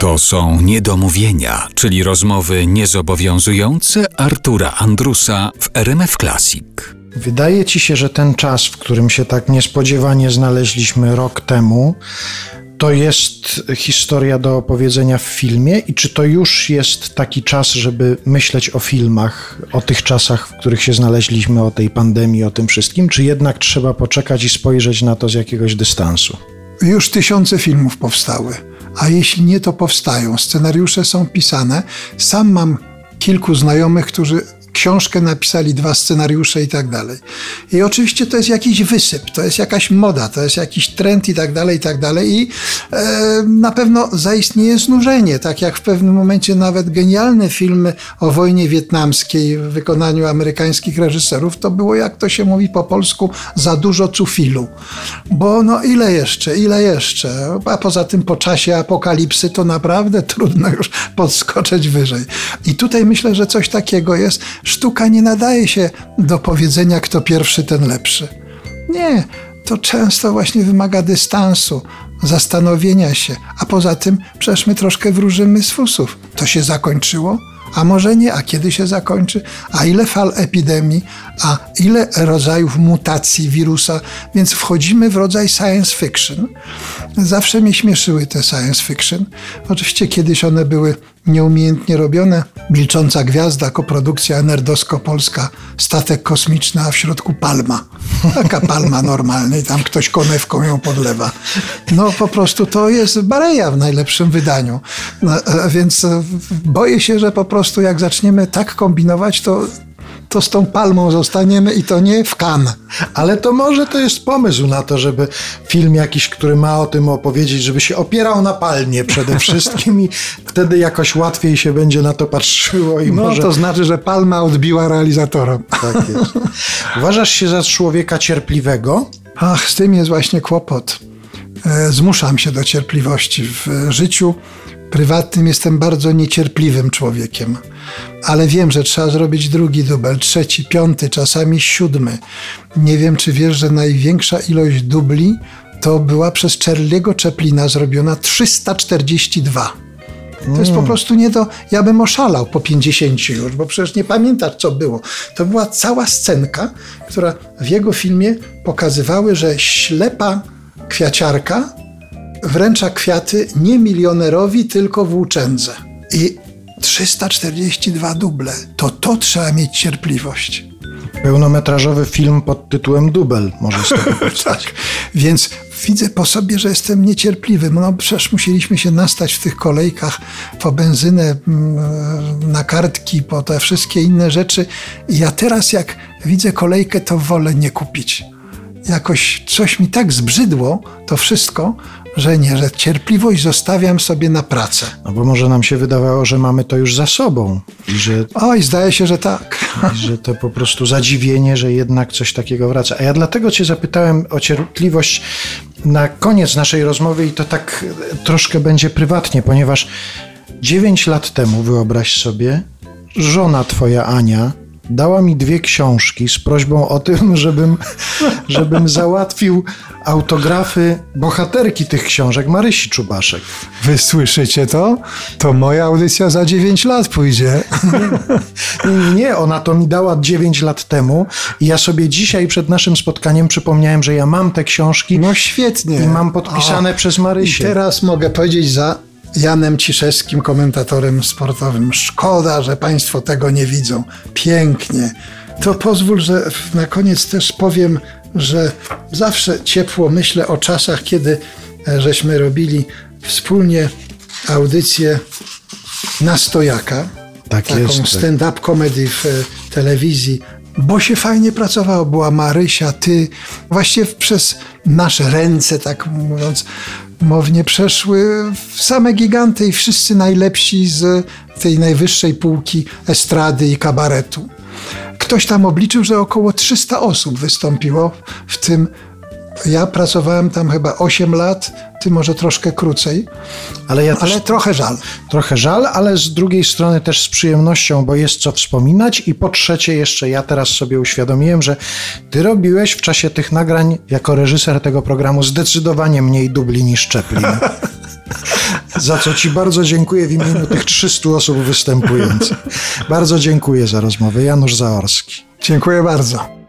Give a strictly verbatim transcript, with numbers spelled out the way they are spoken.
To są Niedomówienia, czyli rozmowy niezobowiązujące Artura Andrusa w R M F Classic. Wydaje ci się, że ten czas, w którym się tak niespodziewanie znaleźliśmy rok temu, to jest historia do opowiedzenia w filmie i czy to już jest taki czas, żeby myśleć o filmach, o tych czasach, w których się znaleźliśmy, o tej pandemii, o tym wszystkim, czy jednak trzeba poczekać i spojrzeć na to z jakiegoś dystansu? Już tysiące filmów powstały, a jeśli nie, to powstają. Scenariusze są pisane. Sam mam kilku znajomych, którzy książkę napisali, dwa scenariusze i tak dalej. I oczywiście to jest jakiś wysyp, to jest jakaś moda, to jest jakiś trend i tak dalej, i tak dalej. I e, na pewno zaistnieje znużenie, tak jak w pewnym momencie nawet genialne filmy o wojnie wietnamskiej w wykonaniu amerykańskich reżyserów, to było, jak to się mówi po polsku, za dużo cufilu. Bo no ile jeszcze, ile jeszcze? A poza tym po czasie apokalipsy to naprawdę trudno już podskoczyć wyżej. I tutaj myślę, że coś takiego jest. Sztuka nie nadaje się do powiedzenia, kto pierwszy, ten lepszy. Nie, to często właśnie wymaga dystansu, zastanowienia się, a poza tym przecież my troszkę wróżymy z fusów. To się zakończyło? A może nie? A kiedy się zakończy? A ile fal epidemii? A ile rodzajów mutacji wirusa? Więc wchodzimy w rodzaj science fiction. Zawsze mnie śmieszyły te science fiction. Oczywiście kiedyś one były nieumiejętnie robione. Milcząca Gwiazda, koprodukcja Nerdosko-Polska, statek kosmiczny, a w środku palma. Taka palma normalna i tam ktoś konewką ją podlewa. No po prostu to jest Bareja w najlepszym wydaniu. No, więc boję się, że po prostu jak zaczniemy tak kombinować, to to z tą palmą zostaniemy i to nie w Cannes. Ale to może to jest pomysł na to, żeby film jakiś, który ma o tym opowiedzieć, żeby się opierał na palmie przede wszystkim i wtedy jakoś łatwiej się będzie na to patrzyło. I no może... to znaczy, że palma odbiła realizatorom. Tak jest. Uważasz się za człowieka cierpliwego? Ach, z tym jest właśnie kłopot. Zmuszam się do cierpliwości. W życiu prywatnym jestem bardzo niecierpliwym człowiekiem, ale wiem, że trzeba zrobić drugi dubel, trzeci, piąty, czasami siódmy. Nie wiem, czy wiesz, że największa ilość dubli to była przez Charlie'ego Chaplina zrobiona trzysta czterdzieści dwa. To jest po prostu nie do... Ja bym oszalał po pięćdziesięciu już, bo przecież nie pamiętasz, co było. To była cała scenka, która w jego filmie pokazywały, że ślepa kwiaciarka wręcza kwiaty nie milionerowi, tylko włóczędze. I trzysta czterdzieści dwa duble. To to trzeba mieć cierpliwość. Pełnometrażowy film pod tytułem Dubel może z tego powstać. Tak. Więc widzę po sobie, że jestem niecierpliwy. No przecież musieliśmy się nastać w tych kolejkach po benzynę, na kartki, po te wszystkie inne rzeczy. I ja teraz jak widzę kolejkę, to wolę nie kupić. Jakoś coś mi tak zbrzydło, to wszystko, że nie, że cierpliwość zostawiam sobie na pracę. No bo może nam się wydawało, że mamy to już za sobą. I że, Oj, zdaje się, że tak. I że to po prostu zadziwienie, że jednak coś takiego wraca. A ja dlatego cię zapytałem o cierpliwość na koniec naszej rozmowy i to tak troszkę będzie prywatnie, ponieważ dziewięć lat temu, wyobraź sobie, żona twoja Ania dała mi dwie książki z prośbą o tym, żebym, żebym załatwił autografy bohaterki tych książek, Marysi Czubaszek. Wy słyszycie to? To moja audycja za dziewięć lat pójdzie. Nie, nie, nie, ona to mi dała dziewięć lat temu i ja sobie dzisiaj przed naszym spotkaniem przypomniałem, że ja mam te książki. No świetnie. I mam podpisane o, przez Marysię. I teraz mogę powiedzieć za Janem Ciszewskim, komentatorem sportowym. Szkoda, że państwo tego nie widzą. Pięknie. To pozwól, że na koniec też powiem, że zawsze ciepło myślę o czasach, kiedy żeśmy robili wspólnie audycję na stojaka. Tak taką jest, stand-up comedy w telewizji. Bo się fajnie pracowało. Była Marysia, ty. Właściwie przez nasze ręce, tak mówiąc, mownie przeszły same giganty i wszyscy najlepsi z tej najwyższej półki estrady i kabaretu. Ktoś tam obliczył, że około trzysta osób wystąpiło w tym. Ja pracowałem tam chyba osiem lat, ty może troszkę krócej, ale, ja ale też, trochę żal. Trochę żal, ale z drugiej strony też z przyjemnością, bo jest co wspominać i po trzecie jeszcze ja teraz sobie uświadomiłem, że ty robiłeś w czasie tych nagrań jako reżyser tego programu zdecydowanie mniej dubli niż Chaplin. za co ci bardzo dziękuję w imieniu tych trzystu osób występujących. Bardzo dziękuję za rozmowę. Janusz Zaorski. Dziękuję bardzo.